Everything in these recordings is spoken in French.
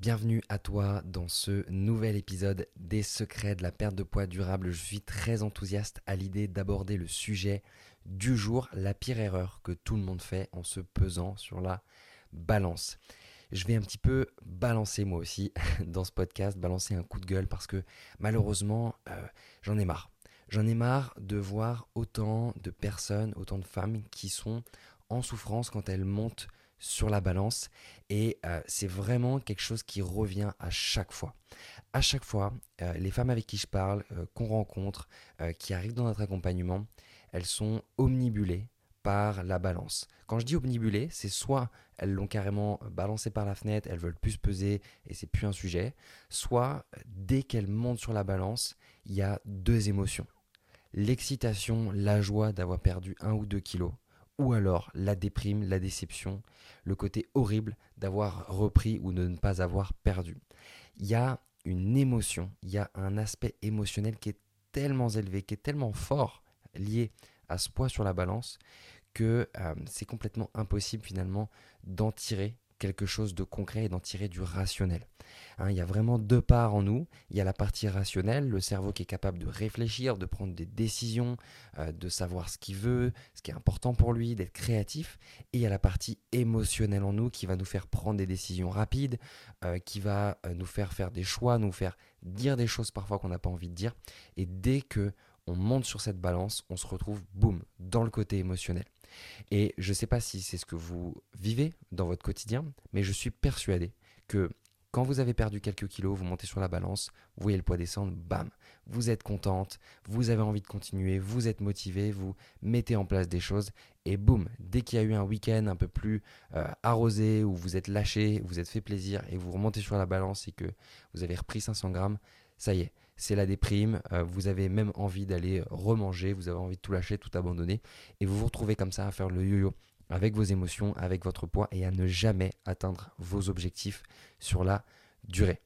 Bienvenue à toi dans ce nouvel épisode des secrets de la perte de poids durable. Je suis très enthousiaste à l'idée d'aborder le sujet du jour, la pire erreur que tout le monde fait en se pesant sur la balance. Je vais un petit peu balancer moi aussi dans ce podcast, balancer un coup de gueule parce que malheureusement, j'en ai marre. J'en ai marre de voir autant de personnes, autant de femmes qui sont en souffrance quand elles montent sur la balance et c'est vraiment quelque chose qui revient à chaque fois. À chaque fois, les femmes avec qui je parle, qu'on rencontre, qui arrivent dans notre accompagnement, elles sont omnibulées par la balance. Quand je dis omnibulées, c'est soit elles l'ont carrément balancé par la fenêtre, elles veulent plus peser et c'est plus un sujet, soit dès qu'elles montent sur la balance, il y a deux émotions. L'excitation, la joie d'avoir perdu 1 ou 2 kilos, ou alors la déprime, la déception, le côté horrible d'avoir repris ou de ne pas avoir perdu. Il y a une émotion, il y a un aspect émotionnel qui est tellement élevé, qui est tellement fort lié à ce poids sur la balance que c'est complètement impossible finalement d'en tirer quelque chose de concret et d'en tirer du rationnel. Il y a vraiment deux parts en nous. Il y a la partie rationnelle, le cerveau qui est capable de réfléchir, de prendre des décisions, de savoir ce qu'il veut, ce qui est important pour lui, d'être créatif. Et il y a la partie émotionnelle en nous qui va nous faire prendre des décisions rapides, qui va nous faire faire des choix, nous faire dire des choses parfois qu'on n'a pas envie de dire. Et dès que on monte sur cette balance, on se retrouve, boum, dans le côté émotionnel. Et je ne sais pas si c'est ce que vous vivez dans votre quotidien, mais je suis persuadé que quand vous avez perdu quelques kilos, vous montez sur la balance, vous voyez le poids descendre, bam, vous êtes contente, vous avez envie de continuer, vous êtes motivé, vous mettez en place des choses et boum, dès qu'il y a eu un week-end un peu plus arrosé, où vous êtes lâché, vous êtes fait plaisir et vous remontez sur la balance et que vous avez repris 500 grammes, ça y est, c'est la déprime, vous avez même envie d'aller remanger, vous avez envie de tout lâcher, tout abandonner et vous vous retrouvez comme ça à faire le yo-yo avec vos émotions, avec votre poids et à ne jamais atteindre vos objectifs sur la durée.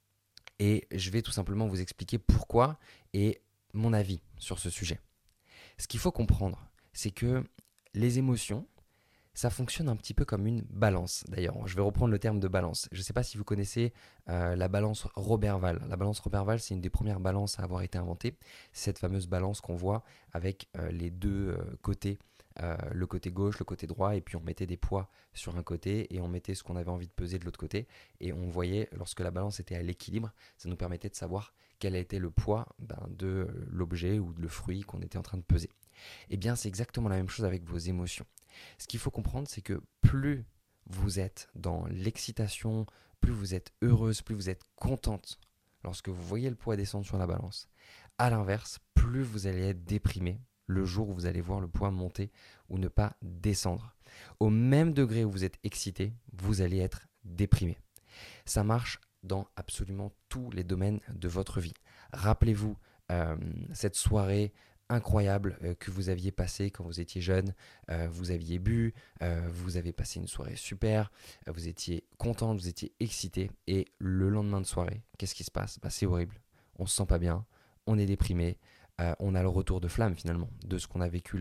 Et je vais tout simplement vous expliquer pourquoi et mon avis sur ce sujet. Ce qu'il faut comprendre, c'est que les émotions, ça fonctionne un petit peu comme une balance. D'ailleurs, je vais reprendre le terme de balance. Je ne sais pas si vous connaissez la balance Roberval. La balance Roberval, c'est une des premières balances à avoir été inventée. C'est cette fameuse balance qu'on voit avec les deux côtés, le côté gauche, le côté droit, et puis on mettait des poids sur un côté et on mettait ce qu'on avait envie de peser de l'autre côté. Et on voyait, lorsque la balance était à l'équilibre, ça nous permettait de savoir quel était le poids de l'objet ou de le fruit qu'on était en train de peser. Eh bien, c'est exactement la même chose avec vos émotions. Ce qu'il faut comprendre, c'est que plus vous êtes dans l'excitation, plus vous êtes heureuse, plus vous êtes contente lorsque vous voyez le poids descendre sur la balance. À l'inverse, plus vous allez être déprimé le jour où vous allez voir le poids monter ou ne pas descendre. Au même degré où vous êtes excité, vous allez être déprimé. Ça marche dans absolument tous les domaines de votre vie. Rappelez-vous cette soirée incroyable que vous aviez passée quand vous étiez jeune, vous aviez bu, vous avez passé une soirée super, vous étiez contente, vous étiez excité et le lendemain de soirée, qu'est-ce qui se passe ? C'est horrible, on se sent pas bien, on est déprimé, on a le retour de flamme finalement de ce qu'on a vécu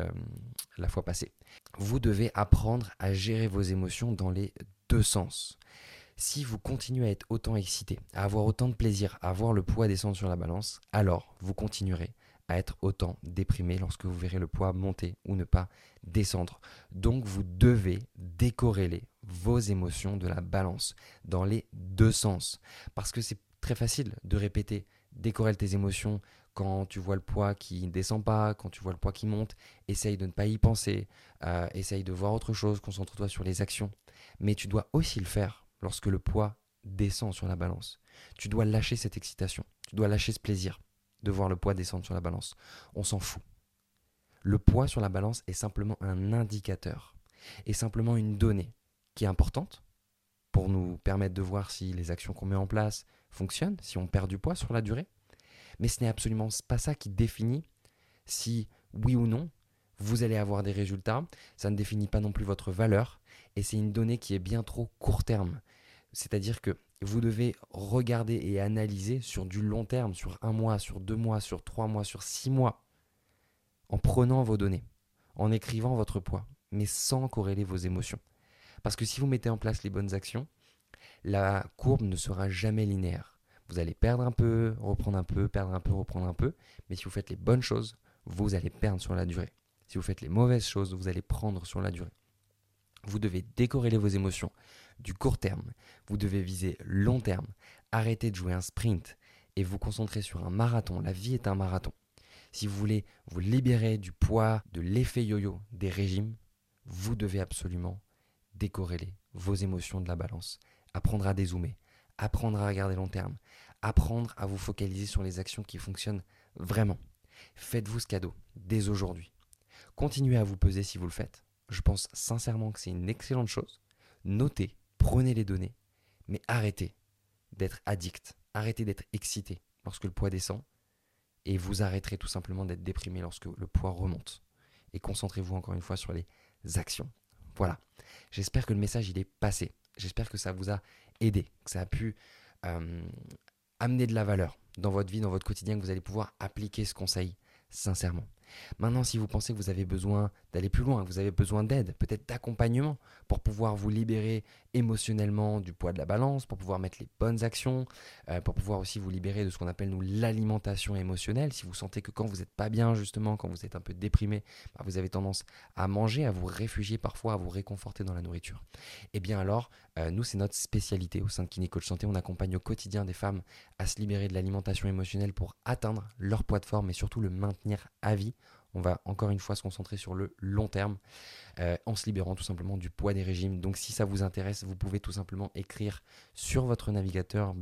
la fois passée. Vous devez apprendre à gérer vos émotions dans les deux sens. Si vous continuez à être autant excité, à avoir autant de plaisir, à voir le poids descendre sur la balance, alors vous continuerez à être autant déprimé lorsque vous verrez le poids monter ou ne pas descendre. Donc vous devez décorréler vos émotions de la balance dans les deux sens. Parce que c'est très facile de répéter décorrèle tes émotions quand tu vois le poids qui ne descend pas, quand tu vois le poids qui monte. Essaye de ne pas y penser, essaye de voir autre chose, concentre-toi sur les actions. Mais tu dois aussi le faire lorsque le poids descend sur la balance. Tu dois lâcher cette excitation, tu dois lâcher ce plaisir de voir le poids descendre sur la balance. On s'en fout. Le poids sur la balance est simplement un indicateur, est simplement une donnée qui est importante pour nous permettre de voir si les actions qu'on met en place fonctionnent, si on perd du poids sur la durée. Mais ce n'est absolument pas ça qui définit si, oui ou non, vous allez avoir des résultats. Ça ne définit pas non plus votre valeur et c'est une donnée qui est bien trop court terme. C'est-à-dire que vous devez regarder et analyser sur du long terme, sur 1 mois, sur 2 mois, sur 3 mois, sur 6 mois, en prenant vos données, en écrivant votre poids, mais sans corréler vos émotions. Parce que si vous mettez en place les bonnes actions, La courbe ne sera jamais linéaire. Vous allez perdre un peu, reprendre un peu, perdre un peu, reprendre un peu. Mais si vous faites les bonnes choses, vous allez perdre sur la durée. Si vous faites les mauvaises choses, vous allez prendre sur la durée. Vous devez décorréler vos émotions du court terme. Vous devez viser long terme. Arrêtez de jouer un sprint et vous concentrer sur un marathon. La vie est un marathon. Si vous voulez vous libérer du poids, de l'effet yo-yo des régimes, vous devez absolument décorréler vos émotions de la balance. Apprendre à dézoomer, apprendre à regarder long terme, apprendre à vous focaliser sur les actions qui fonctionnent vraiment. Faites-vous ce cadeau dès aujourd'hui. Continuez à vous peser si vous le faites. Je pense sincèrement que c'est une excellente chose. Notez, prenez les données, mais arrêtez d'être addict, arrêtez d'être excité lorsque le poids descend et vous arrêterez tout simplement d'être déprimé lorsque le poids remonte. Et concentrez-vous encore une fois sur les actions. Voilà, j'espère que le message il est passé. J'espère que ça vous a aidé, que ça a pu amener de la valeur dans votre vie, dans votre quotidien, que vous allez pouvoir appliquer ce conseil sincèrement. Maintenant, si vous pensez que vous avez besoin d'aller plus loin, que vous avez besoin d'aide, peut-être d'accompagnement pour pouvoir vous libérer émotionnellement du poids de la balance, pour pouvoir mettre les bonnes actions, pour pouvoir aussi vous libérer de ce qu'on appelle nous l'alimentation émotionnelle. Si vous sentez que quand vous n'êtes pas bien justement, quand vous êtes un peu déprimé, vous avez tendance à manger, à vous réfugier parfois, à vous réconforter dans la nourriture. Et bien alors, nous c'est notre spécialité au sein de Kiné Coach Santé. On accompagne au quotidien des femmes à se libérer de l'alimentation émotionnelle pour atteindre leur poids de forme et surtout le maintenir à vie. On va encore une fois se concentrer sur le long terme en se libérant tout simplement du poids des régimes. Donc si ça vous intéresse, vous pouvez tout simplement écrire sur votre navigateur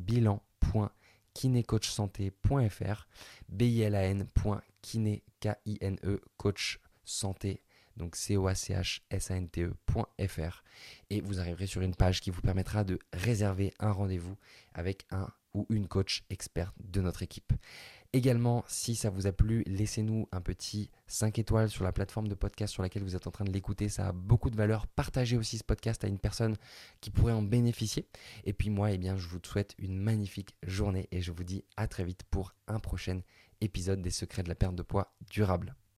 bilan.kinecoachsanté.fr bilan.kine coach santé donc coachsante.fr et vous arriverez sur une page qui vous permettra de réserver un rendez-vous avec un ou une coach experte de notre équipe. Également, si ça vous a plu, laissez-nous un petit 5 étoiles sur la plateforme de podcast sur laquelle vous êtes en train de l'écouter. Ça a beaucoup de valeur. Partagez aussi ce podcast à une personne qui pourrait en bénéficier. Et puis moi, je vous souhaite une magnifique journée et je vous dis à très vite pour un prochain épisode des secrets de la perte de poids durable.